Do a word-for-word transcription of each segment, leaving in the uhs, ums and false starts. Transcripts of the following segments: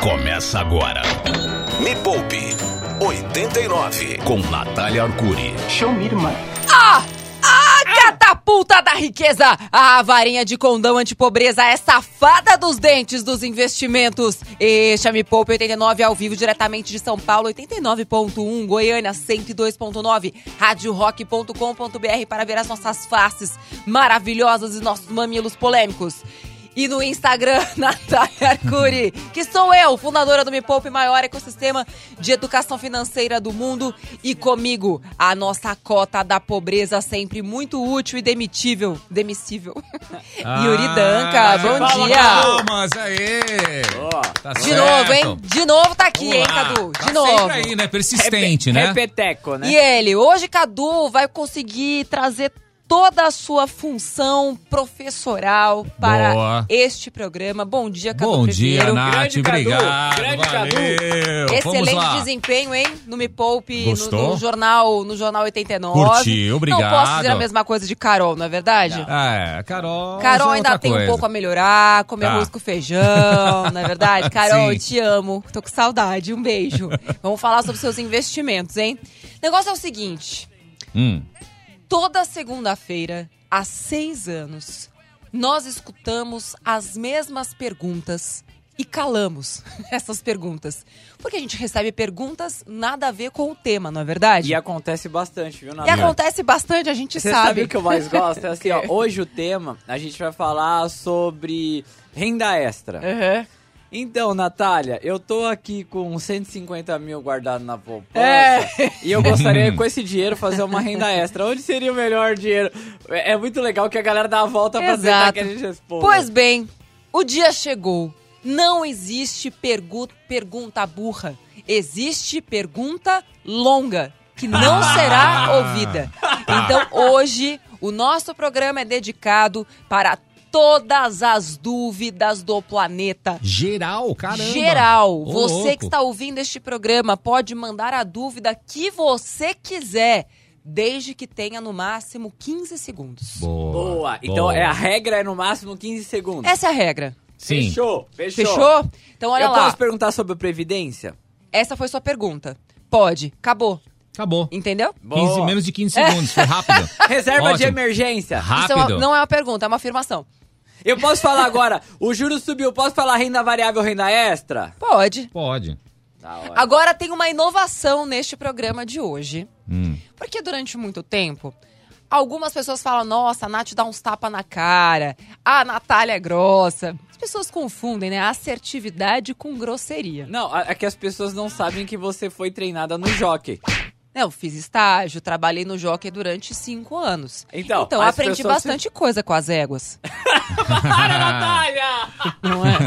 Começa agora. Me Poupe oitenta e nove com Natália Arcuri. Show me, mano. Ah! Ah, catapulta da riqueza! A varinha de condão antipobreza é safada dos dentes dos investimentos. Este é Me Poupe oitenta e nove ao vivo diretamente de São Paulo, oitenta e nove ponto um, Goiânia cento e dois ponto nove, rádio rock ponto com ponto br para ver as nossas faces maravilhosas e nossos mamilos polêmicos. E no Instagram, Natália Arcuri, que sou eu, fundadora do Me Poupe, maior ecossistema de educação financeira do mundo. E comigo, a nossa cota da pobreza, sempre muito útil e demitível. Demissível. Ah, Yuri Danca, bom fala, dia. Palmas, aê. Tá De certo. novo, hein? De novo tá aqui, Vamos hein, lá. Cadu? De Tá novo. sempre aí, né? Persistente, né? Repeteco, né? E ele, hoje, Cadu, vai conseguir trazer toda a sua função professoral para Boa. este programa. Bom dia, Cadu. Bom dia, primeiro. Nath. Grande Cadu, Obrigado. grande Cadu. Valeu. Vamos Excelente lá. desempenho, hein? No Me Poupe, no, Gostou? no jornal, no jornal oitenta e nove. Curti, obrigado. Não posso dizer a mesma coisa de Carol, não é verdade? Ah, é, a Carol. Carol já é ainda outra tem coisa. um pouco a melhorar, comer Tá. arroz com feijão, não é verdade? Carol, Sim. eu te amo, tô com saudade, um beijo. Vamos falar sobre seus investimentos, hein? O negócio é o seguinte, Hum. toda segunda-feira, há seis anos, nós escutamos as mesmas perguntas e calamos essas perguntas. Porque a gente recebe perguntas nada a ver com o tema, não é verdade? E acontece bastante, viu, E Natália? acontece bastante, a gente Você sabe. sabe o que eu mais gosto? É assim, ó, hoje o tema, a gente vai falar sobre renda extra. Uhum. Então, Natália, eu tô aqui com cento e cinquenta mil guardado na poupança É. e eu gostaria com esse dinheiro fazer uma renda extra. Onde seria o melhor dinheiro? É é muito legal que a galera dá a volta pra tentar Exato. que a gente responda. Pois bem, o dia chegou. Não existe pergu- pergunta burra. Existe pergunta longa, que não será ouvida. Então, hoje, o nosso programa é dedicado para todas as dúvidas do planeta. Geral, caramba. Geral, Ô, você louco. que está ouvindo este programa pode mandar a dúvida que você quiser, desde que tenha no máximo quinze segundos. Boa. Boa. Então, Boa. é a regra é no máximo quinze segundos. Essa é a regra. Sim. Fechou, fechou. Fechou? Então olha eu lá. posso perguntar sobre Previdência? Essa foi sua pergunta. Pode. Acabou. Acabou. Entendeu? quinze, Boa. menos de quinze segundos, foi rápido. Reserva de Ótimo. emergência. Isso é Rápido. uma- não é uma pergunta, é uma afirmação. Eu posso falar agora, o juro subiu, posso falar renda variável, renda extra? Pode. Pode. Tá, ótimo. Agora tem uma inovação neste programa de hoje. Hum. Porque durante muito tempo, algumas pessoas falam, nossa, a Nath dá uns tapas na cara, a Natália é grossa. As pessoas confundem, né? Assertividade com grosseria. Não, é que as pessoas não sabem que você foi treinada no jockey. Eu fiz estágio, trabalhei no Jockey durante cinco anos. Então, então as aprendi pessoas- bastante coisa com as éguas. Para, Natália! Não é?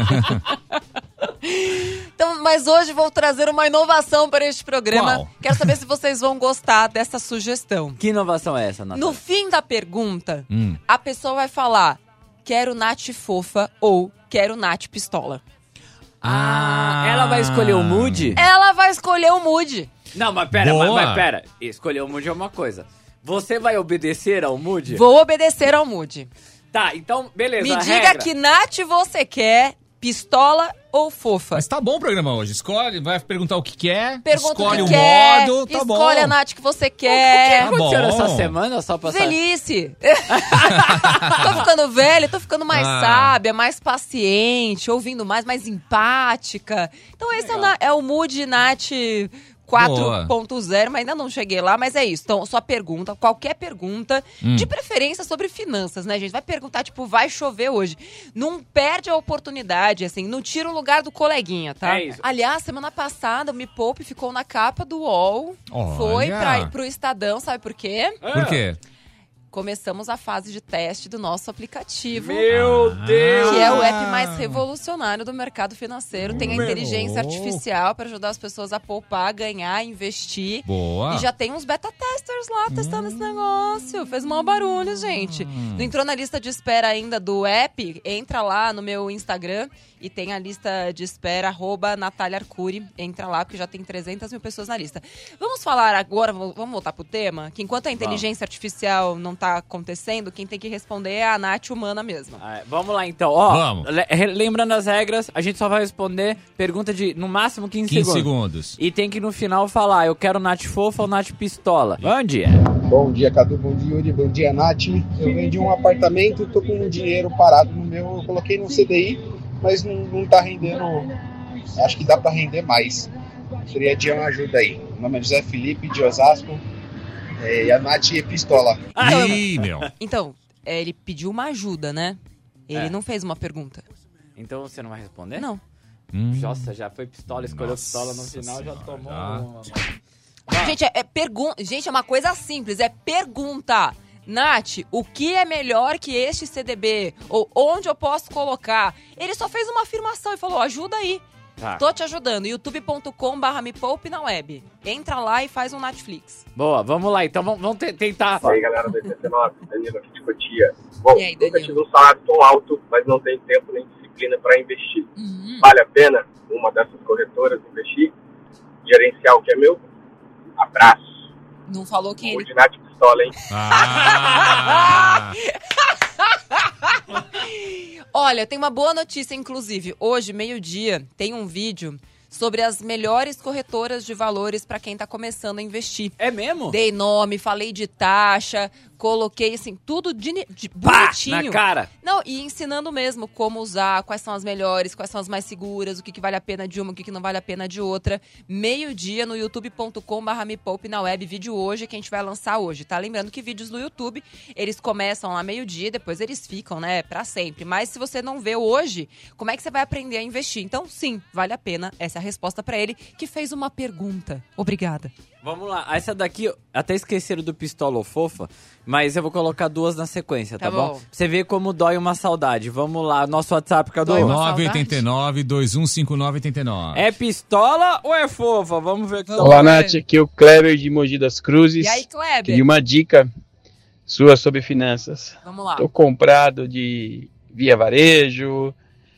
Então, mas hoje vou trazer uma inovação para este programa. Qual? Quero saber se vocês vão gostar dessa sugestão. Que inovação é essa, Natália? No fim da pergunta, Hum. a pessoa vai falar: quero Nath fofa ou quero Nath pistola. Ah, ela vai escolher o mood? Ela vai escolher o mood. Não, mas pera, Boa. mas, mas pera. Escolher o mood é uma coisa. Você vai obedecer ao mood? Vou obedecer ao mood. Tá, então, beleza. Me a diga regra. que Nath você quer, pistola ou fofa. Mas tá bom o programa hoje. Escolhe, vai perguntar o que quer, Pergunta escolhe o o que quer, modo, tá bom. escolhe a Nath que você O que quer. aconteceu bom. nessa semana, só pra saber? Velhice. Tô ficando velha, tô ficando mais Ah. sábia, mais paciente, ouvindo mais, mais empática. Então esse é o, na- é o mood Nath quatro ponto zero, mas ainda não cheguei lá, mas é isso. Então, sua pergunta, qualquer pergunta, Hum. de preferência sobre finanças, né, gente? Vai perguntar, tipo, vai chover hoje. Não perde a oportunidade, assim, não tira o lugar do coleguinha, tá? É isso. Aliás, semana passada, o Me Poupe ficou na capa do U O L, Olha. foi pra, pro Estadão, sabe por quê? Por quê? Começamos a fase de teste do nosso aplicativo. Meu Deus! Que é o app mais revolucionário do mercado financeiro. Tem a Meu. inteligência artificial para ajudar as pessoas a poupar, ganhar, investir. Boa. E já tem uns beta testers lá testando esse negócio. Fez mau barulho, gente. Não entrou na lista de espera ainda do app? Entra lá no meu Instagram e tem a lista de espera, arroba Natália Arcuri. Entra lá, porque já tem trezentas mil pessoas na lista. Vamos falar agora, vamos voltar pro tema? Que enquanto a inteligência artificial não tá tá acontecendo, quem tem que responder é a Nath humana mesma. Ah, vamos lá, então. Ó, Vamos. le- lembrando as regras, a gente só vai responder pergunta de, no máximo, quinze, quinze segundos. segundos. E tem que, no final, falar, eu quero Nath fofa ou Nath pistola. Bom dia. Bom dia, Cadu. Bom dia, Yuri. Bom dia, Nath. Eu vendi um apartamento, tô com um dinheiro parado no meu, eu coloquei no C D I, mas não, não tá rendendo. Acho que dá pra render mais. Seria de uma ajuda aí. Meu nome é José Felipe, de Osasco. É, e a Nath é pistola. Ih, meu. Então, é, ele pediu uma ajuda, né? Ele É. não fez uma pergunta. Então você não vai responder? Não. Hum. Nossa, já foi pistola, escolheu Nossa pistola no final, já senhora, tomou já. uma. Gente, é, é pergunta. Gente, é uma coisa simples, é pergunta. Nath, o que é melhor que este C D B? Ou onde eu posso colocar? Ele só fez uma afirmação e falou, ajuda aí. Tá. Tô te ajudando. youtube ponto com barra me poupe na web. Entra lá e faz um Netflix. Boa, vamos lá. Então vamos, vamos te- tentar. E aí, galera do oitenta e nove, Danilo aqui de Cotia. Bom, E aí, nunca Danilo? tive um salário tão alto, mas não tenho tempo nem disciplina para investir. Uhum. Vale a pena uma dessas corretoras investir? Gerenciar o que é meu? Abraço. Não falou quem Vou ele... de Nath Pistola, hein? Ah! Olha, tem uma boa notícia, inclusive. Hoje, meio-dia, tem um vídeo sobre as melhores corretoras de valores para quem tá começando a investir. É mesmo? Dei nome, falei de taxa, coloquei, assim, tudo de, de Pá, bonitinho. na cara. Não, e ensinando mesmo como usar, quais são as melhores, quais são as mais seguras, o que, que vale a pena de uma, o que, que não vale a pena de outra. Meio-dia no youtube ponto com barra me poupe na web, vídeo hoje que a gente vai lançar hoje, tá? Lembrando que vídeos no YouTube, eles começam lá meio-dia, depois eles ficam, né, pra sempre. Mas se você não vê hoje, como é que você vai aprender a investir? Então, sim, vale a pena. Essa é a resposta pra ele, que fez uma pergunta. Obrigada. Vamos lá. Essa daqui, até esqueceram do pistola ou fofa, mas eu vou colocar duas na sequência, tá, Tá bom? bom. Pra você ver como dói uma saudade. Vamos lá, nosso WhatsApp, Cadu. Dói uma nove saudade? oito nove, dois um cinco nove oito nove. É pistola ou é fofa? Vamos ver o que tá. Olá, Nath. Aqui é o Kleber de Mogi das Cruzes. E aí, Kleber? Queria uma dica sua sobre finanças. Vamos lá. Tô comprado de Via Varejo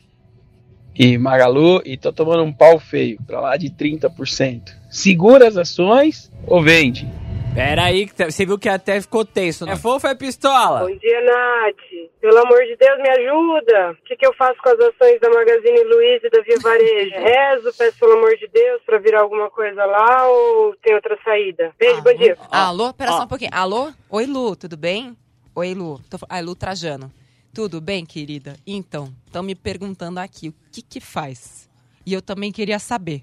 e Magalu e tô tomando um pau feio, pra lá de trinta por cento. Segura as ações ou vende? Pera aí, que tá- você viu que até ficou tenso, né? É fofa ou é pistola? Bom dia, Nath. Pelo amor de Deus, me ajuda. O que, que eu faço com as ações da Magazine Luiza e da Via Varejo? Rezo, peço pelo amor de Deus pra virar alguma coisa lá ou tem outra saída? Beijo, bom dia. Alô, pera ó. só um pouquinho. Alô? Oi, Lu, tudo bem? Oi, Lu. Tô... Ah, Lu Trajano. Tudo bem, querida? Então, estão me perguntando aqui o que que faz. E eu também queria saber.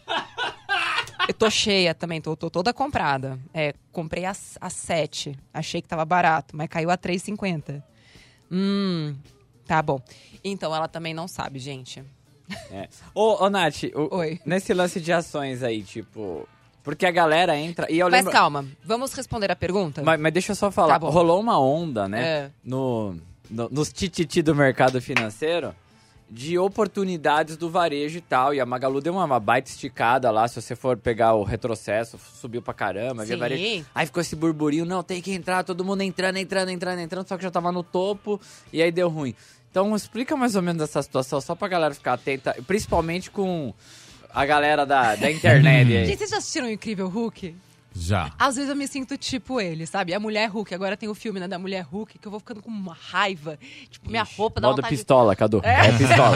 Eu tô cheia também, tô, tô toda comprada. É, comprei a, a sete, achei que tava barato, mas caiu a três e cinquenta. Hum, tá bom. Então, ela também não sabe, gente. É. Ô, ô, Nath, o- Oi. nesse lance de ações aí, tipo... Porque a galera entra... E eu Mas lembro... calma, vamos responder a pergunta? Mas, mas deixa eu só falar. Tá bom. Rolou uma onda, né? É. No, no, nos tititi do mercado financeiro de oportunidades do varejo e tal. E a Magalu deu uma, uma baita esticada lá. Se você for pegar o retrocesso, subiu pra caramba. Via Sim. varejo. Aí ficou esse burburinho. Não, tem que entrar. Todo mundo entrando, entrando, entrando, entrando. Só que já tava no topo. E aí deu ruim. Então explica mais ou menos essa situação. Só pra galera ficar atenta. Principalmente com a galera da, da internet aí. Gente, vocês já assistiram o Incrível Hulk? Já. Às vezes eu me sinto tipo ele, sabe? A Mulher Hulk. Agora tem o filme, né, da Mulher Hulk, que eu vou ficando com uma raiva. Tipo, minha roupa dá Modo vontade pistola, Cadu. É, pistola.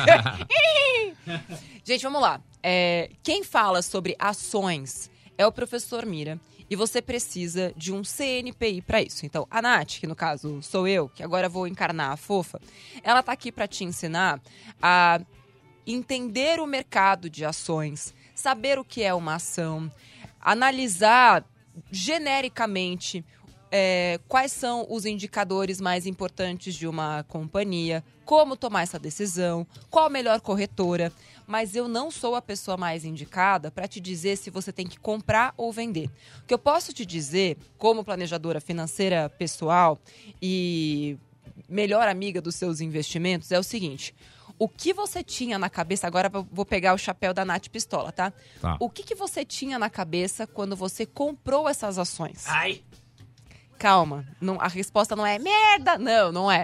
de... Gente, vamos lá. É, quem fala sobre ações é o professor Mira. E você precisa de um C N P I pra isso. Então, a Nath, que no caso sou eu, que agora vou encarnar a fofa, ela tá aqui pra te ensinar a entender o mercado de ações, saber o que é uma ação, analisar genericamente é, quais são os indicadores mais importantes de uma companhia, como tomar essa decisão, qual a melhor corretora. Mas eu não sou a pessoa mais indicada para te dizer se você tem que comprar ou vender. O que eu posso te dizer, como planejadora financeira pessoal e melhor amiga dos seus investimentos, é o seguinte: o que você tinha na cabeça, agora eu vou pegar o chapéu da Nath Pistola, tá? Tá. O que, que você tinha na cabeça quando você comprou essas ações? Ai. Calma, não, a resposta não é merda, não, não é.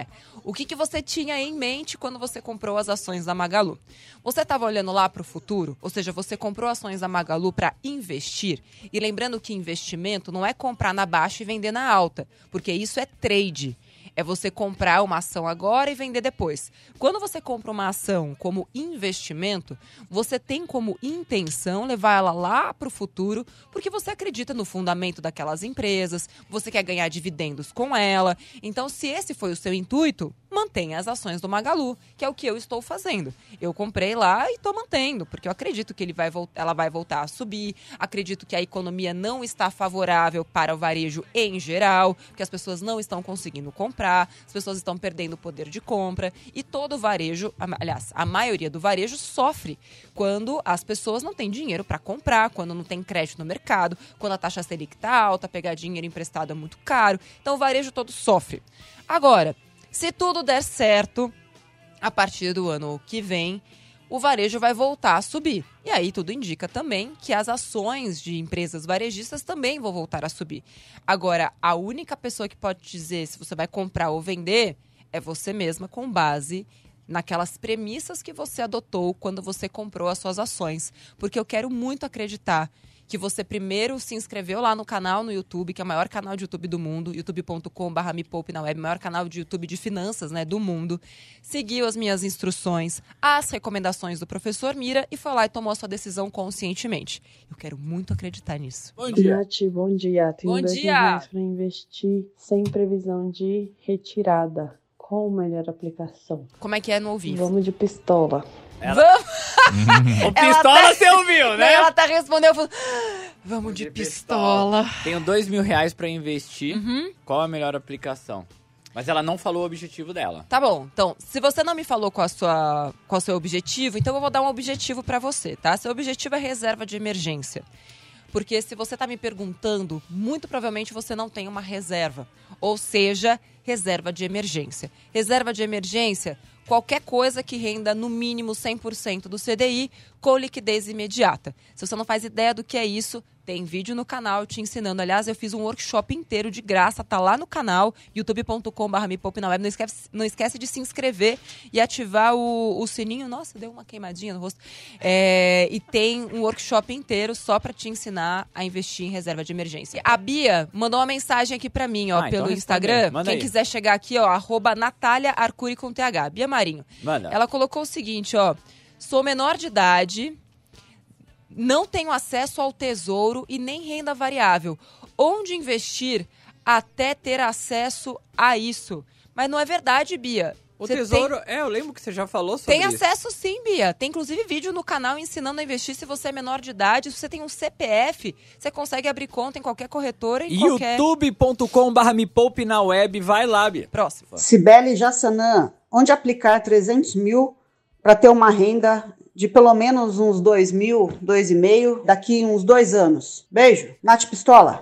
O que, que você tinha em mente quando você comprou as ações da Magalu? Você estava olhando lá para o futuro? Ou seja, você comprou ações da Magalu para investir? E lembrando que investimento não é comprar na baixa e vender na alta, porque isso é trade. É você comprar uma ação agora e vender depois. Quando você compra uma ação como investimento, você tem como intenção levar ela lá para o futuro, porque você acredita no fundamento daquelas empresas, você quer ganhar dividendos com ela. Então, se esse foi o seu intuito, mantenha as ações do Magalu, que é o que eu estou fazendo. Eu comprei lá e estou mantendo, porque eu acredito que ele vai voltar, ela vai voltar a subir, acredito que a economia não está favorável para o varejo em geral, que as pessoas não estão conseguindo comprar, as pessoas estão perdendo o poder de compra e todo o varejo, aliás, a maioria do varejo sofre quando as pessoas não têm dinheiro para comprar, quando não tem crédito no mercado, quando a taxa Selic está alta, pegar dinheiro emprestado é muito caro, então o varejo todo sofre. Agora, se tudo der certo, a partir do ano que vem, o varejo vai voltar a subir. E aí tudo indica também que as ações de empresas varejistas também vão voltar a subir. Agora, a única pessoa que pode dizer se você vai comprar ou vender é você mesma, com base naquelas premissas que você adotou quando você comprou as suas ações. Porque eu quero muito acreditar que você primeiro se inscreveu lá no canal no YouTube, que é o maior canal de YouTube do mundo, youtube ponto com barra me poupe na web, maior canal de YouTube de finanças, né, do mundo. Seguiu as minhas instruções, as recomendações do professor Mira e foi lá e tomou a sua decisão conscientemente. Eu quero muito acreditar nisso. Bom dia. Nath, bom dia. Tenho Bom dois dia. milhões para investir sem previsão de retirada. Qual a melhor aplicação? Como é que é no ouvido? Vamos de pistola. Ela... Vamos! O pistola Ela tá- você ouviu, né? Ela tá respondendo, falando, vamos de pistola. Tenho dois mil reais pra investir. Uhum. Qual a melhor aplicação? Mas ela não falou o objetivo dela. Tá bom, então, se você não me falou qual, a sua, qual é o seu objetivo, então eu vou dar um objetivo pra você, tá? Seu objetivo é reserva de emergência. Porque se você tá me perguntando, muito provavelmente você não tem uma reserva. Ou seja, reserva de emergência. Reserva de emergência, qualquer coisa que renda no mínimo cem por cento do C D I com liquidez imediata. Se você não faz ideia do que é isso, tem vídeo no canal te ensinando. Aliás, eu fiz um workshop inteiro de graça, tá lá no canal, youtube ponto com barra me poupe na web. Não esquece, não esquece de se inscrever e ativar o, o sininho. Nossa, deu uma queimadinha no rosto. É, e tem um workshop inteiro só pra te ensinar a investir em reserva de emergência. A Bia mandou uma mensagem aqui pra mim, ó, Ah, pelo então Instagram. responde aí, manda Quem aí. quiser chegar aqui, ó, arroba Natália Arcuri com T H. Bia Marinho. Manda. Ela colocou o seguinte, ó. Sou menor de idade, não tenho acesso ao tesouro e nem renda variável. Onde investir até ter acesso a isso? Mas não é verdade, Bia. O Você tesouro, Tem, é, eu lembro que você já falou sobre tem isso. acesso sim, Bia. Tem inclusive vídeo no canal ensinando a investir se você é menor de idade. Se você tem um C P F, você consegue abrir conta em qualquer corretora, em qualquer... youtube ponto com barra me poupe na web, vai lá, Bia. Próximo. Cibele Jassanã, onde aplicar trezentos mil para ter uma renda de pelo menos uns dois mil, dois e meio, daqui uns dois anos. Beijo, Nath Pistola.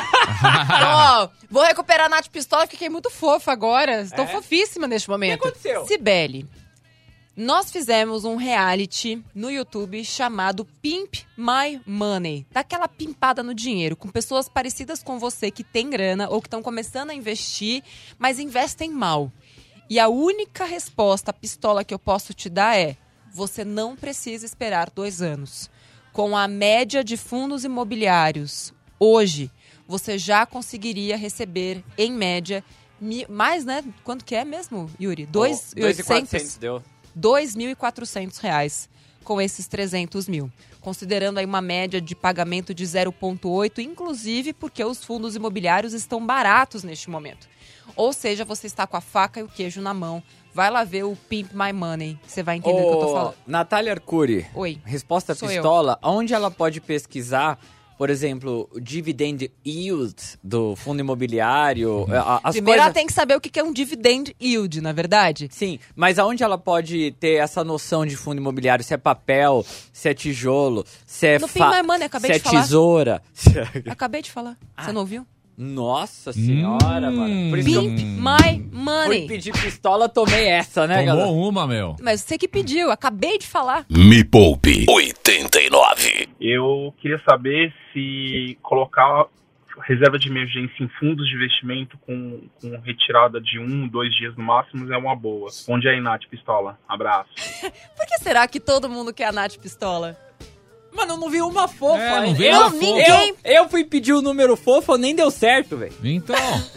Ó, vou recuperar a Nath Pistola, que fiquei muito fofa agora. Estou É? fofíssima neste momento. O que aconteceu? Cibele, nós fizemos um reality no YouTube chamado Pimp My Money. Daquela pimpada no dinheiro, com pessoas parecidas com você que tem grana ou que estão começando a investir, mas investem mal. E a única resposta, pistola, que eu posso te dar é: você não precisa esperar dois anos. Com a média de fundos imobiliários hoje, você já conseguiria receber, em média, mi- mais, né? Quanto que é mesmo, Yuri? Dois Oh, e dois mil e quatrocentos oitocentos? deu. dois mil e quatrocentos reais com esses trezentos mil. Considerando aí uma média de pagamento de zero vírgula oito, inclusive porque os fundos imobiliários estão baratos neste momento. Ou seja, você está com a faca e o queijo na mão. Vai lá ver o Pimp My Money, você vai entender o que eu tô falando. Natália Arcuri, Oi. resposta Sou pistola, onde ela pode pesquisar, por exemplo, o dividend yield do fundo imobiliário, a- as Primeiro ela coisas... tem que saber o que é um dividend yield, na verdade. Sim, mas aonde ela pode ter essa noção de fundo imobiliário? Se é papel, se é tijolo, se é, No fa... Pimp My Money, acabei se de é falar. tesoura. Acabei de falar. Você não ouviu? Nossa senhora, Hum. mano. Por isso que eu Pimp My fui Money. pedir pistola, tomei essa, né, galera? Tomou uma, meu. Mas você que pediu, acabei de falar. Me Poupe oitenta e nove. Eu queria saber se colocar reserva de emergência em fundos de investimento com, com retirada de um, dois dias no máximo é uma boa. Onde é a Nath Pistola? Abraço. Por que será que todo mundo quer a Nath Pistola? Mano, eu não vi uma fofa. É, não hein? vi eu, uma fofa. Eu, eu fui pedir o número fofo, nem deu certo, velho. Então.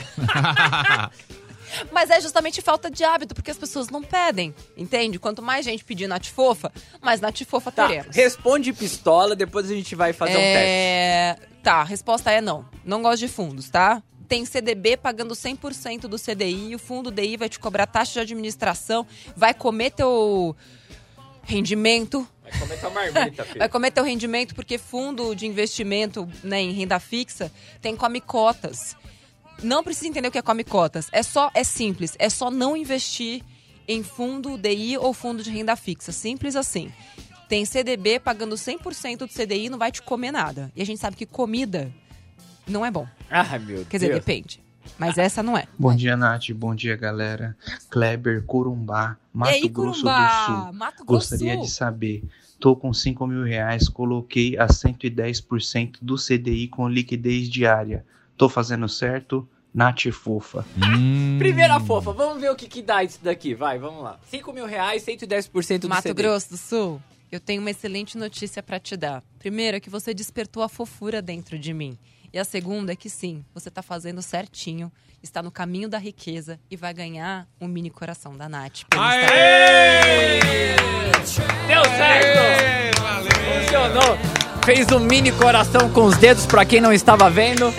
Mas é justamente falta de hábito, porque as pessoas não pedem, entende? Quanto mais gente pedir Nath Fofa, mais Nath Fofa Tá, teremos. responde pistola, depois a gente vai fazer é... um teste. Tá, a resposta é não. Não gosto de fundos, tá? Tem C D B pagando cem por cento do C D I, o fundo D I vai te cobrar taxa de administração, vai comer teu rendimento. Vai comer tua marmita, filho. Vai comer teu rendimento, porque fundo de investimento, né, em renda fixa tem come cotas. Não precisa entender o que é come cotas. É só, é simples. É só não investir em fundo D I ou fundo de renda fixa. Simples assim. Tem C D B pagando cem por cento do C D I, não vai te comer nada. E a gente sabe que comida não é bom. Ai, meu Quer dizer, Deus. depende. Mas essa não é. Bom dia, Nath. Bom dia, galera. Kleber, Corumbá, Mato e aí, Grosso Corumbá? do Sul. Mato Grosso Gostaria Sul. de saber. Tô com cinco mil reais, coloquei a cento e dez por cento do C D I com liquidez diária. Tô fazendo certo? Nath Fofa. Hum. Primeira fofa, vamos ver o que, que dá isso daqui. Vai, vamos lá. cinco mil reais, cento e dez por cento do Mato C D. Grosso do Sul, eu tenho uma excelente notícia pra te dar. Primeiro é que você despertou a fofura dentro de mim. E a segunda é que sim, você tá fazendo certinho, está no caminho da riqueza e vai ganhar um mini coração da Nath. Aê! Deu certo! Aê, valeu! Funcionou! Fez um mini coração com os dedos pra quem não estava vendo.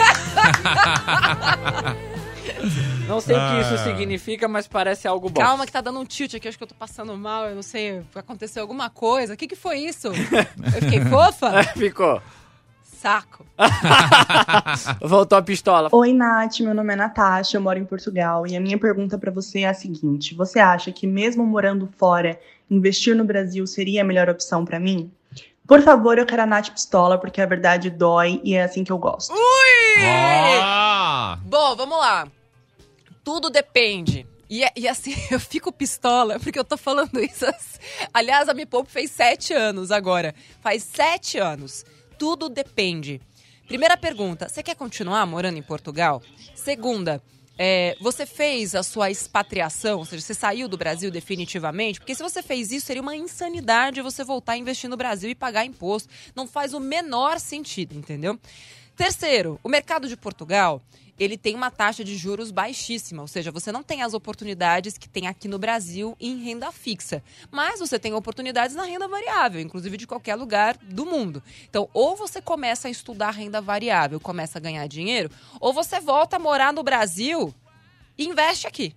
Não sei o que isso significa, mas parece algo bom. Calma que tá dando um tilt aqui, acho que eu tô passando mal, eu não sei, aconteceu alguma coisa. O que que foi isso? Eu fiquei fofa? Ficou. Saco. Voltou a pistola. Oi, Nath, meu nome é Natasha, eu moro em Portugal e a minha pergunta pra você é a seguinte: você acha que mesmo morando fora, investir no Brasil seria a melhor opção pra mim? Por favor, eu quero a Nath Pistola, porque a verdade dói e é assim que eu gosto. Ui! Oh! Bom, vamos lá. Tudo depende. E, e assim, eu fico pistola, porque eu tô falando isso. Aliás, a Me Poupe fez sete anos agora. Faz sete anos. Tudo depende. Primeira pergunta, você quer continuar morando em Portugal? Segunda, é, você fez a sua expatriação, ou seja, você saiu do Brasil definitivamente? Porque se você fez isso, seria uma insanidade você voltar a investir no Brasil e pagar imposto. Não faz o menor sentido, entendeu? Terceiro, o mercado de Portugal, ele tem uma taxa de juros baixíssima, ou seja, você não tem as oportunidades que tem aqui no Brasil em renda fixa, mas você tem oportunidades na renda variável, inclusive de qualquer lugar do mundo. Então, ou você começa a estudar renda variável, começa a ganhar dinheiro, ou você volta a morar no Brasil e investe aqui.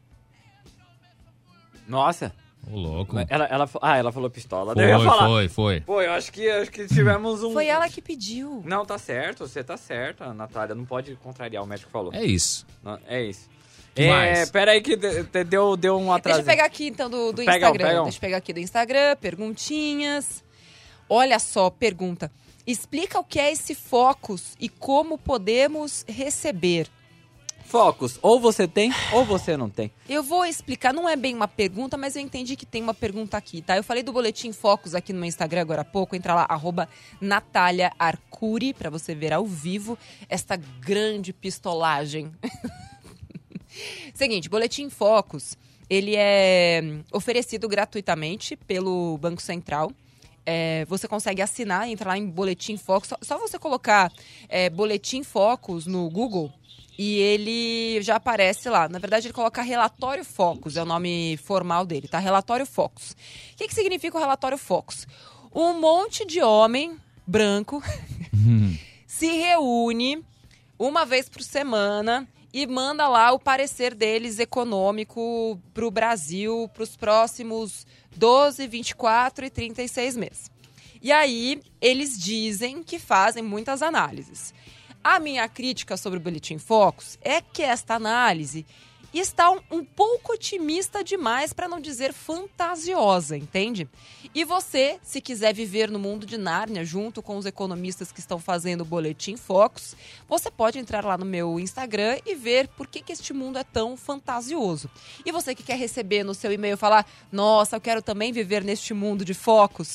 Nossa. Ô, louco. Ela, ela, ah, ela falou pistola. Foi, eu ia falar. foi, foi. Pô, eu acho que, acho que tivemos um... Foi ela que pediu. Não, tá certo, você tá certa, Natália. Não pode contrariar, o médico falou. É isso. Não, é isso. Que é, mais? Pera aí que de, de, deu, deu um atraso. Deixa eu pegar aqui, então, do, do Pega um, Instagram. pega um. Deixa eu pegar aqui do Instagram, perguntinhas. Olha só, pergunta. Explica o que é esse Focus e como podemos receber. Focus, ou você tem, ou você não tem. Eu vou explicar, não é bem uma pergunta, mas eu entendi que tem uma pergunta aqui, tá? Eu falei do Boletim Focus aqui no meu Instagram agora há pouco, entra lá, arroba Natália Arcuri, pra você ver ao vivo esta grande pistolagem. Seguinte, Boletim Focus, ele é oferecido gratuitamente pelo Banco Central. É, você consegue assinar, entrar lá em Boletim Focus, só, só você colocar é, Boletim Focus no Google, e ele já aparece lá. Na verdade, ele coloca Relatório Focus, é o nome formal dele, tá? Relatório Focus. O que, que significa o Relatório Focus? Um monte de homem branco se reúne uma vez por semana e manda lá o parecer deles econômico para o Brasil para os próximos doze, vinte e quatro e trinta e seis meses. E aí, eles dizem que fazem muitas análises. A minha crítica sobre o Boletim Focus é que esta análise está um, um pouco otimista demais, para não dizer fantasiosa, entende? E você, se quiser viver no mundo de Nárnia, junto com os economistas que estão fazendo o Boletim Focus, você pode entrar lá no meu Instagram e ver por que, que este mundo é tão fantasioso. E você que quer receber no seu e-mail e falar, nossa, eu quero também viver neste mundo de Focus,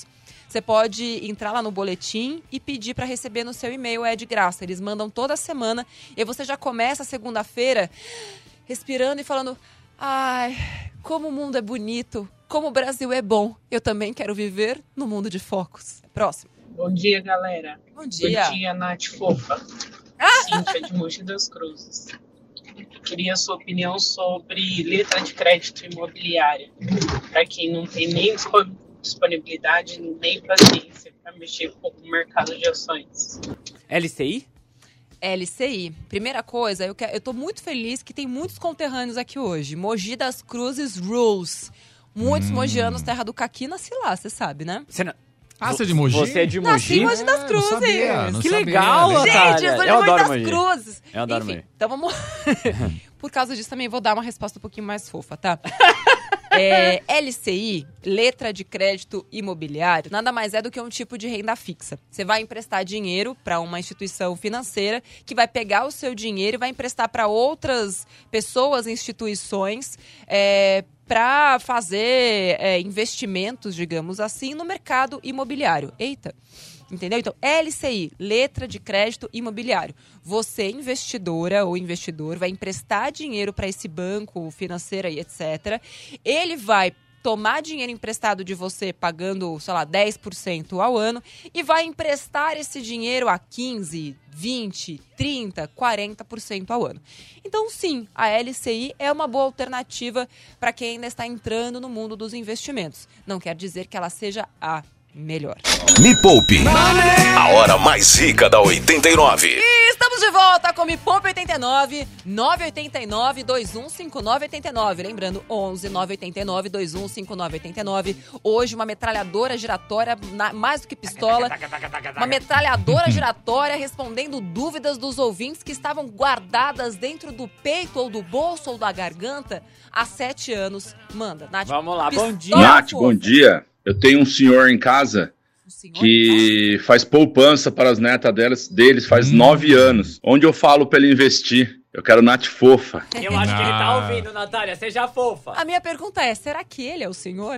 você pode entrar lá no boletim e pedir para receber no seu e-mail, é de graça. Eles mandam toda semana e você já começa a segunda-feira respirando e falando, ai, como o mundo é bonito, como o Brasil é bom. Eu também quero viver no mundo de focos. Próximo. Bom dia, galera. Bom dia. Bom dia, Nath Fofa. Ah! Cíntia de Mogi das Cruzes. Queria a sua opinião sobre letra de crédito imobiliária. Para quem não tem nem disponibilidade, nem paciência para mexer com o mercado de ações. L C I? L C I. Primeira coisa, eu, quero, eu tô muito feliz que tem muitos conterrâneos aqui hoje. Mogi das Cruzes Rules. Muitos hum. mogianos, terra do caqui, nasci lá, você sabe, né? Você não... Ah, você é de Mogi? Você é de Mogi? Nasci em Mogi das Cruzes. É, não sabia, não que sabia. legal, Natália. Gente, eu sou de eu Mogi adoro das Mogi. Cruzes. Eu adoro Enfim, Mogi. então vamos... Por causa disso também vou dar uma resposta um pouquinho mais fofa, tá? É, L C I, letra de crédito imobiliário, nada mais é do que um tipo de renda fixa. Você vai emprestar dinheiro para uma instituição financeira que vai pegar o seu dinheiro e vai emprestar para outras pessoas, instituições, é, para fazer é, investimentos, digamos assim, no mercado imobiliário. Eita! Entendeu? Então, L C I, letra de crédito imobiliário. Você, investidora ou investidor, vai emprestar dinheiro para esse banco financeiro e etcétera. Ele vai tomar dinheiro emprestado de você pagando, sei lá, dez por cento ao ano e vai emprestar esse dinheiro a quinze, vinte, trinta, quarenta por cento ao ano. Então, sim, a L C I é uma boa alternativa para quem ainda está entrando no mundo dos investimentos. Não quer dizer que ela seja a melhor. Me Poupe, a hora mais rica da oitenta e nove. E estamos de volta com Me Poupe oitenta e nove, nove oito nove, dois um cinco nove oito nove. Lembrando, onze, nove oito nove, dois um cinco nove oito nove. Hoje uma metralhadora giratória, na, mais do que pistola, uma metralhadora giratória respondendo dúvidas dos ouvintes que estavam guardadas dentro do peito ou do bolso ou da garganta há sete anos. Manda, Nath. Vamos lá, bom dia. Nath, bom dia. Eu tenho um senhor em casa senhor que em faz poupança para as netas deles, deles faz hum. nove anos. Onde eu falo para ele investir? Eu quero Nath Fofa. Eu acho que ele tá ouvindo, Natália. Seja fofa. A minha pergunta é, será que ele é o senhor?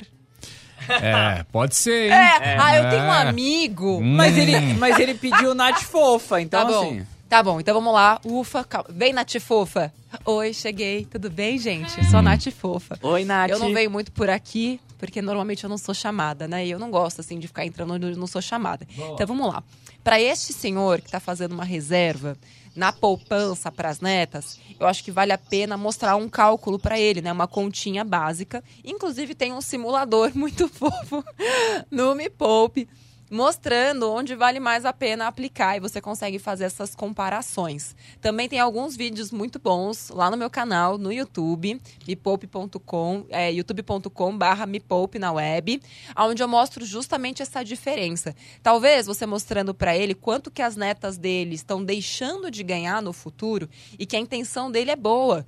É, pode ser, hein? É, É. ah, eu tenho um amigo. Hum. Mas, ele, mas ele pediu Nath Fofa, então Tá bom. assim... Tá bom, então vamos lá. Ufa, calma. Vem, Nath Fofa. Oi, cheguei. Tudo bem, gente? Eu sou a Nath Fofa. Oi, Nath. Eu não venho muito por aqui, porque normalmente eu não sou chamada, né? E eu não gosto, assim, de ficar entrando onde eu não sou chamada. Boa. Então, vamos lá. Para este senhor que tá fazendo uma reserva na poupança para as netas, eu acho que vale a pena mostrar um cálculo para ele, né? Uma continha básica. Inclusive, tem um simulador muito fofo no Me Poupe, mostrando onde vale mais a pena aplicar e você consegue fazer essas comparações. Também tem alguns vídeos muito bons lá no meu canal, no YouTube, me poupe ponto com, é, youtube ponto com barra me poupe na web, onde eu mostro justamente essa diferença. Talvez você mostrando para ele quanto que as netas dele estão deixando de ganhar no futuro e que a intenção dele é boa,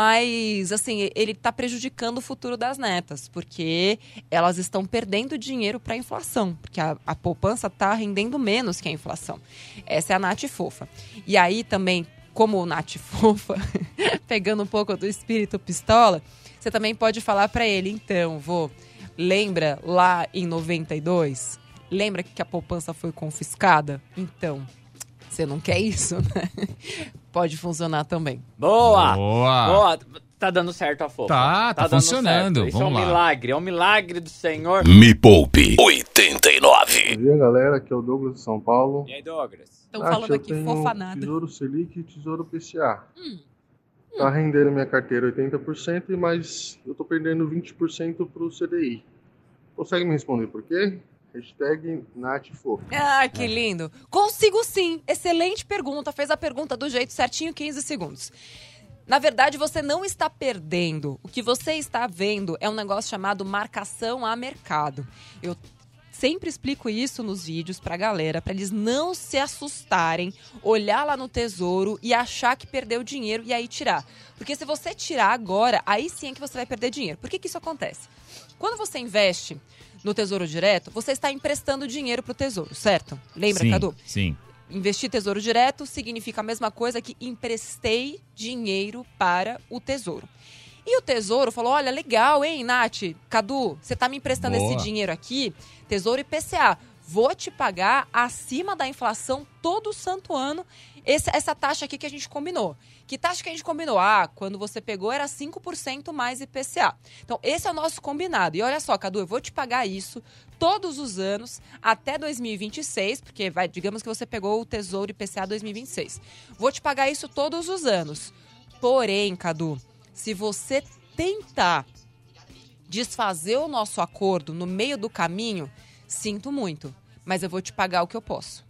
mas assim, ele está prejudicando o futuro das netas, porque elas estão perdendo dinheiro para a inflação, porque a, a poupança está rendendo menos que a inflação. Essa é a Nath Fofa. E aí também, como Nath Fofa, pegando um pouco do espírito pistola, você também pode falar para ele, então, vô, lembra lá em noventa e dois? Lembra que a poupança foi confiscada? Então, você não quer isso, né? Pode funcionar também. Boa! Boa! Boa! Tá dando certo a Fofa. Tá, tá, tá funcionando. Isso Vamos é um lá. milagre, é um milagre do Senhor. Me Poupe oitenta e nove. Bom dia, galera. Aqui é o Douglas de São Paulo. E aí, Douglas? Estão Acho falando aqui eu tenho fofanada. Tesouro Selic e Tesouro P C A. Hum. Tá rendendo minha carteira oitenta por cento, mas eu tô perdendo vinte por cento pro C D I. Consegue me responder por quê? Hashtag NathFofa. Ah, que lindo. Consigo sim. Excelente pergunta. Fez a pergunta do jeito certinho, quinze segundos. Na verdade, você não está perdendo. O que você está vendo é um negócio chamado marcação a mercado. Eu sempre explico isso nos vídeos pra galera, pra eles não se assustarem, olhar lá no Tesouro e achar que perdeu dinheiro e aí tirar. Porque se você tirar agora, aí sim é que você vai perder dinheiro. Por que que isso acontece? Quando você investe no Tesouro Direto, você está emprestando dinheiro pro Tesouro, certo? Lembra, sim, Cadu? Sim. Investir Tesouro Direto significa a mesma coisa que emprestei dinheiro para o Tesouro. E o Tesouro falou, olha, legal, hein, Nath? Cadu, você tá me emprestando Boa. esse dinheiro aqui, Tesouro e P C A. vou te pagar acima da inflação todo santo ano esse, essa taxa aqui que a gente combinou. Que taxa que a gente combinou? Ah, quando você pegou era cinco por cento mais I P C A. Então, esse é o nosso combinado. E olha só, Cadu, eu vou te pagar isso todos os anos até dois mil e vinte e seis, porque vai, digamos que você pegou o Tesouro I P C A dois mil e vinte e seis. Vou te pagar isso todos os anos. Porém, Cadu, se você tentar desfazer o nosso acordo no meio do caminho, sinto muito, mas eu vou te pagar o que eu posso.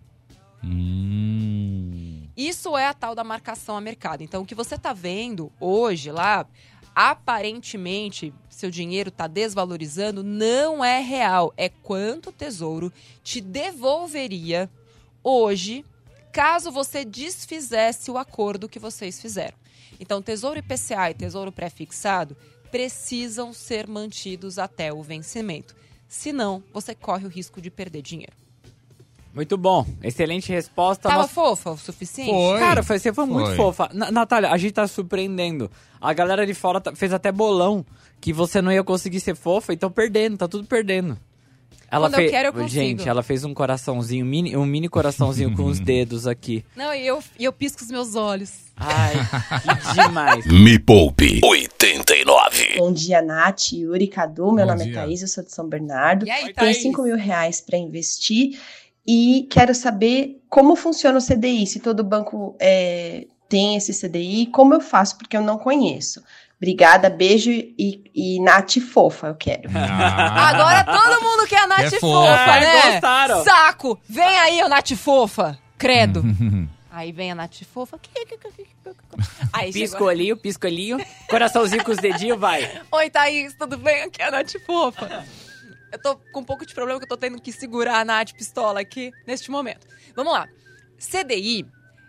Hum. Isso é a tal da marcação a mercado. Então, o que você está vendo hoje lá, aparentemente, seu dinheiro está desvalorizando, não é real. É quanto o Tesouro te devolveria hoje, caso você desfizesse o acordo que vocês fizeram. Então, Tesouro I P C A e Tesouro pré-fixado precisam ser mantidos até o vencimento. Senão, você corre o risco de perder dinheiro. Muito bom. Excelente resposta. Tava Nossa... fofa o suficiente? Foi. Cara, foi, você foi, foi muito Foi. fofa. Na, Natália, a gente tá surpreendendo. A galera de fora tá, fez até bolão que você não ia conseguir ser fofa, então perdendo, tá tudo perdendo. Ela Quando fez... eu quero, eu consigo. Gente, ela fez um coraçãozinho, mini, um mini coraçãozinho com os dedos aqui. Não, e eu, e eu pisco os meus olhos. Ai, que demais. Me Poupe oitenta e nove. Bom dia, Nath, Yuri, Cadu. Meu Bom nome dia. é Thaís, eu sou de São Bernardo. E aí, Tenho Thaís? cinco mil reais para investir e quero saber como funciona o C D I, se todo banco é, tem esse C D I, como eu faço, porque eu não conheço. Obrigada, beijo e, e Nath fofa, eu quero. Agora todo mundo quer a Nath É fofa, fofa. né? Gostaram. Saco! Vem aí, ô Nath fofa! Credo! Aí vem a Nath fofa. Aí Piscolinho, piscolinho. Coraçãozinho com os dedinhos, vai. Oi, Thaís, tudo bem? Aqui é a Nath fofa. Eu tô com um pouco de problema que eu tô tendo que segurar a Nath pistola aqui neste momento. Vamos lá. C D I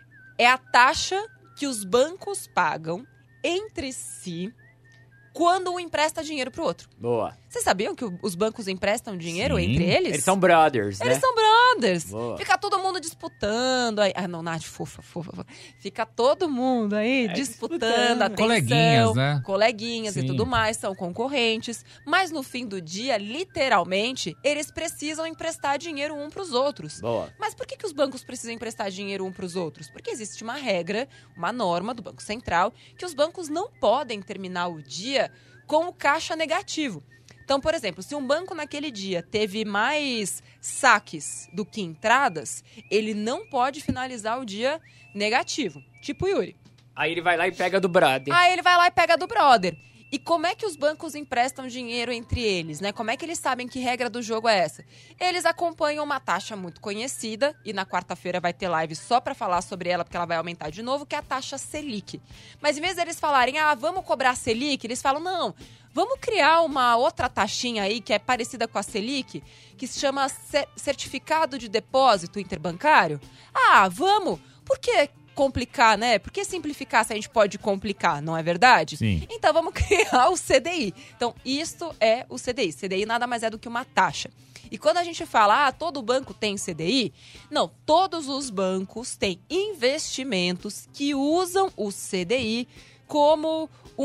é a taxa que os bancos pagam entre si quando um empresta dinheiro pro outro. Boa. Vocês sabiam que o- os bancos emprestam dinheiro Sim. entre eles? Eles são brothers, né? Eles são brothers. Boa. Fica todo mundo disputando. Aí. Ah, não, Nath, fofa, fofa, fofa. Fica todo mundo aí É, disputando, disputando. atenção. Coleguinhas, né? Coleguinhas e Sim. tudo mais, são concorrentes. Mas no fim do dia, literalmente, eles precisam emprestar dinheiro um pros outros. Boa. Mas por que, que os bancos precisam emprestar dinheiro um pros outros? Porque existe uma regra, uma norma do Banco Central, que os bancos não podem terminar o dia com o caixa negativo. Então, por exemplo, se um banco naquele dia teve mais saques do que entradas, ele não pode finalizar o dia negativo. Tipo o Yuri. Aí ele vai lá e pega do brother. Aí ele vai lá e pega do brother. E como é que os bancos emprestam dinheiro entre eles, né? Como é que eles sabem que regra do jogo é essa? Eles acompanham uma taxa muito conhecida, e na quarta-feira vai ter live só para falar sobre ela, porque ela vai aumentar de novo, que é a taxa Selic. Mas em vez deles falarem, ah, vamos cobrar Selic, eles falam, não, vamos criar uma outra taxinha aí, que é parecida com a Selic, que se chama cer- Certificado de Depósito Interbancário. Ah, vamos, por que complicar, né? Por que simplificar se a gente pode complicar, não é verdade? Sim. Então vamos criar o C D I. Então, isso é o C D I. C D I nada mais é do que uma taxa. E quando a gente fala, ah, todo banco tem C D I, não, todos os bancos têm investimentos que usam o C D I como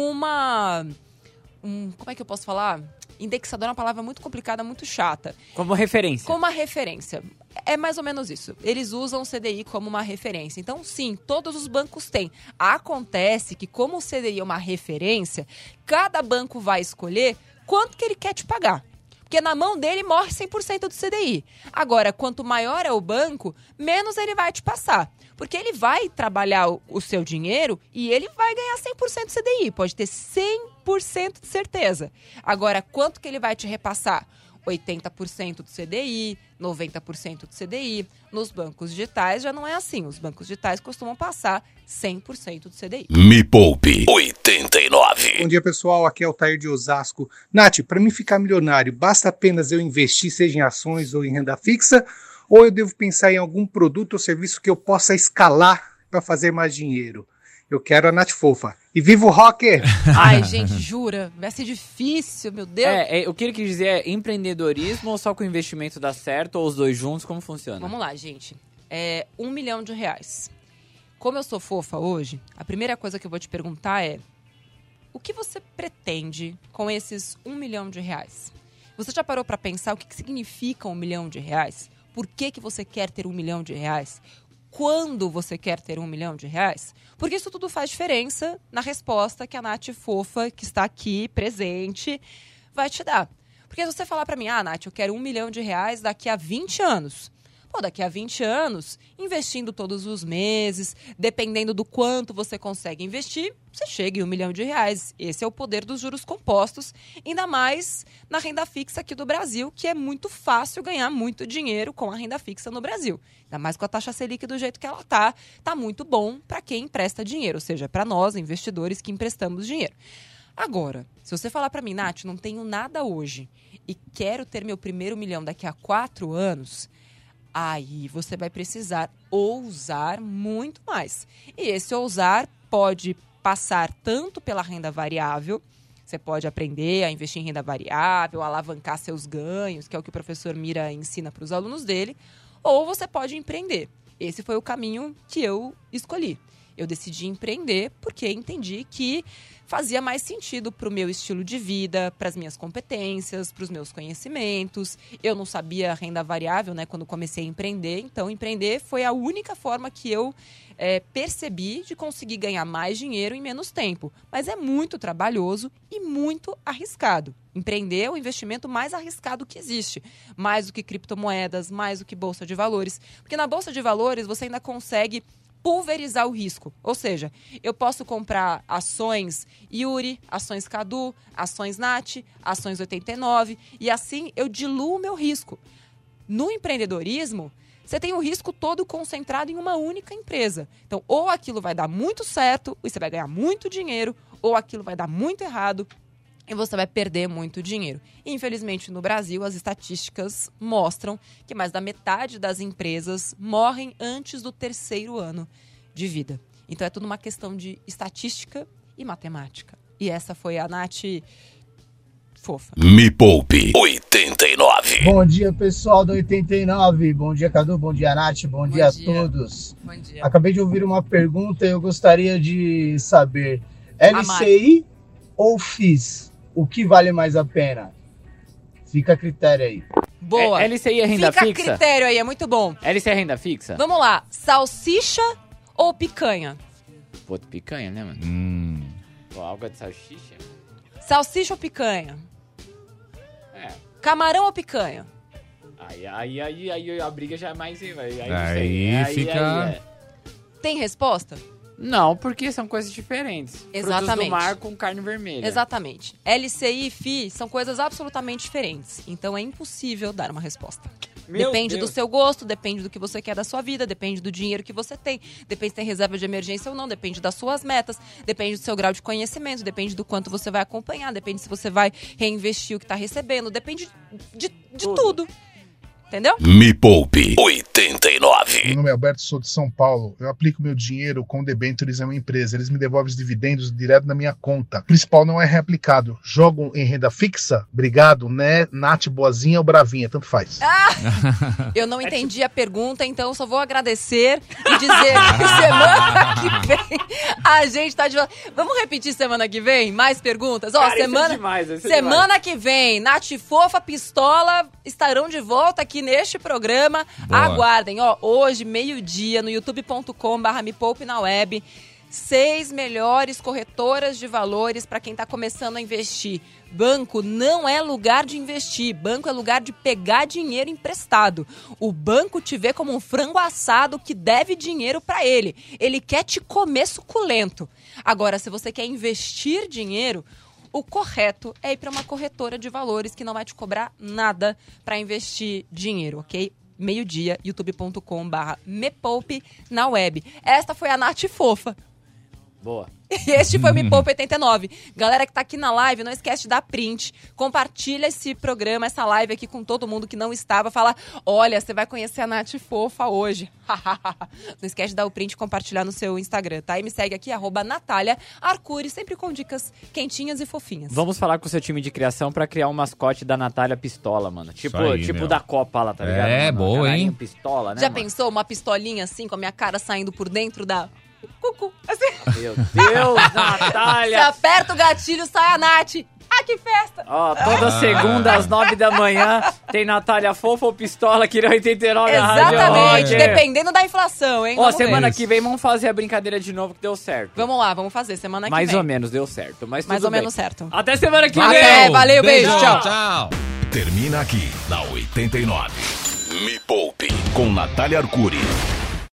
uma... Um, como é que eu posso falar? Indexador é uma palavra muito complicada, muito chata. Como referência. Como uma referência. É mais ou menos isso. Eles usam o C D I como uma referência. Então, sim, todos os bancos têm. Acontece que, como o C D I é uma referência, cada banco vai escolher quanto que ele quer te pagar. Porque na mão dele morre cem por cento do C D I. Agora, quanto maior é o banco, menos ele vai te passar. Porque ele vai trabalhar o, o seu dinheiro e ele vai ganhar cem por cento do C D I. Pode ter cem por cento de certeza. Agora, quanto que ele vai te repassar? oitenta por cento do C D I, noventa por cento do C D I. Nos bancos digitais já não é assim. Os bancos digitais costumam passar cem por cento do C D I. Me Poupe oitenta e nove. Bom dia, pessoal. Aqui é o Tair de Osasco. Nath, para mim ficar milionário, basta apenas eu investir, seja em ações ou em renda fixa, ou eu devo pensar em algum produto ou serviço que eu possa escalar para fazer mais dinheiro? Eu quero a Nath fofa. E viva o rocker! Ai, gente, jura? Vai ser difícil, meu Deus. É, é, o que ele quis dizer é empreendedorismo ou só com o investimento dá certo, ou os dois juntos, como funciona? Vamos lá, gente. É um milhão de reais. Como eu sou fofa hoje, a primeira coisa que eu vou te perguntar é: o que você pretende com esses um milhão de reais? Você já parou para pensar o que que significa um milhão de reais? por que, que você quer ter um milhão de reais? Quando você quer ter um milhão de reais? Porque isso tudo faz diferença na resposta que a Nath fofa, que está aqui presente, vai te dar. Porque se você falar pra mim, ah, Nath, eu quero um milhão de reais daqui a vinte anos. Pô, daqui a vinte anos, investindo todos os meses, dependendo do quanto você consegue investir, você chega em um milhão de reais. Esse é o poder dos juros compostos, ainda mais na renda fixa aqui do Brasil, que é muito fácil ganhar muito dinheiro com a renda fixa no Brasil. Ainda mais com a taxa Selic do jeito que ela tá, tá muito bom para quem empresta dinheiro, ou seja, para nós, investidores que emprestamos dinheiro. Agora, se você falar para mim, Nath, não tenho nada hoje e quero ter meu primeiro milhão daqui a quatro anos... aí você vai precisar ousar muito mais. E esse ousar pode passar tanto pela renda variável, você pode aprender a investir em renda variável, alavancar seus ganhos, que é o que o professor Mira ensina para os alunos dele, ou você pode empreender. Esse foi o caminho que eu escolhi. Eu decidi empreender porque entendi que fazia mais sentido para o meu estilo de vida, para as minhas competências, para os meus conhecimentos. Eu não sabia renda variável, né, quando comecei a empreender. Então, empreender foi a única forma que eu é, percebi de conseguir ganhar mais dinheiro em menos tempo. Mas é muito trabalhoso e muito arriscado. Empreender é o investimento mais arriscado que existe. Mais do que criptomoedas, mais do que bolsa de valores. Porque na bolsa de valores você ainda consegue pulverizar o risco. Ou seja, eu posso comprar ações Yuri, ações Cadu, ações Nath, ações oitenta e nove, e assim eu diluo o meu risco. No empreendedorismo, você tem o risco todo concentrado em uma única empresa. Então, ou aquilo vai dar muito certo, e você vai ganhar muito dinheiro, ou aquilo vai dar muito errado, e você vai perder muito dinheiro. Infelizmente, no Brasil, as estatísticas mostram que mais da metade das empresas morrem antes do terceiro ano de vida. Então, é tudo uma questão de estatística e matemática. E essa foi a Nath fofa. Me Poupe oitenta e nove. Bom dia, pessoal do oitenta e nove. Bom dia, Cadu. Bom dia, Nath. Bom, Bom dia, dia a todos. Bom dia. Acabei de ouvir uma pergunta e eu gostaria de saber. L C I ou F I S? O que vale mais a pena? Fica a critério aí. Boa. É, L C I é renda Fica fixa? Fica a critério aí, é muito bom. L C I é renda fixa? Vamos lá. Salsicha ou picanha? Pô, picanha, né, mano? Hum. Pô, algo de salsicha? Salsicha ou picanha? É. Camarão ou picanha? Aí, aí, aí, aí a briga já é mais... Aí, aí, aí, aí fica... Aí, é. Tem resposta? Não, porque são coisas diferentes. Exatamente. Frutos do mar com carne vermelha. Exatamente. L C I e F I são coisas absolutamente diferentes. Então é impossível dar uma resposta. Meu depende Deus. do seu gosto, depende do que você quer da sua vida, depende do dinheiro que você tem, depende se tem reserva de emergência ou não, depende das suas metas, depende do seu grau de conhecimento, depende do quanto você vai acompanhar, depende se você vai reinvestir o que está recebendo, depende de, de tudo. tudo. Entendeu? Me Poupe oitenta e nove. Meu nome é Alberto, sou de São Paulo. Eu aplico meu dinheiro com debêntures a uma empresa. Eles me devolvem os dividendos direto na minha conta. O principal não é reaplicado. Jogo em renda fixa? Obrigado, né? Nath, boazinha ou bravinha? Tanto faz. Ah, eu não entendi a pergunta, então eu só vou agradecer e dizer que semana que vem a gente tá de volta. Vamos repetir semana que vem? Mais perguntas? Ó, Cara, semana, isso é demais, isso é semana demais. que vem, Nath Fofa, Pistola estarão de volta aqui neste programa. Boa. Aguardem, ó, hoje, meio-dia, no youtube ponto com barra me poupe na web. Seis melhores corretoras de valores para quem está começando a investir. Banco não é lugar de investir. Banco é lugar de pegar dinheiro emprestado. O banco te vê como um frango assado que deve dinheiro para ele. Ele quer te comer suculento. Agora, se você quer investir dinheiro, o correto é ir para uma corretora de valores que não vai te cobrar nada para investir dinheiro, ok? Meio-dia, youtube ponto com barra me poupe na web. Esta foi a Nath Fofa. Boa. E este foi o Me Poupe oitenta e nove. Galera que tá aqui na live, não esquece de dar print. Compartilha esse programa, essa live aqui com todo mundo que não estava. Fala, olha, você vai conhecer a Nath Fofa hoje. Não esquece de dar o print e compartilhar no seu Instagram, tá? E me segue aqui, arroba Natália Arcuri, sempre com dicas quentinhas e fofinhas. Vamos falar com o seu time de criação pra criar um mascote da Natália Pistola, mano. Tipo, aí, tipo meu. da Copa lá, tá ligado? É, mano? boa, Canarinho hein? Pistola, né, Já mano? pensou uma pistolinha assim, com a minha cara saindo por dentro da... Cucu, assim. Meu Deus, Você Natália! aperta o gatilho, sai a Nath. que festa! Ó, toda segunda às nove da manhã tem Natália Fofa ou Pistola aqui na oitenta e nove na Rádio Exatamente, Rock. dependendo da inflação, hein? Ó, Vamos semana ver. que vem vamos fazer a brincadeira de novo que deu certo. Vamos lá, vamos fazer semana que Mais vem. ou menos deu certo, mas Mais tudo ou bem. menos certo. Até semana que Valeu, vem! valeu, beijo, tchau. Tchau. Termina aqui na oitenta e nove. Me Poupe com Natália Arcuri.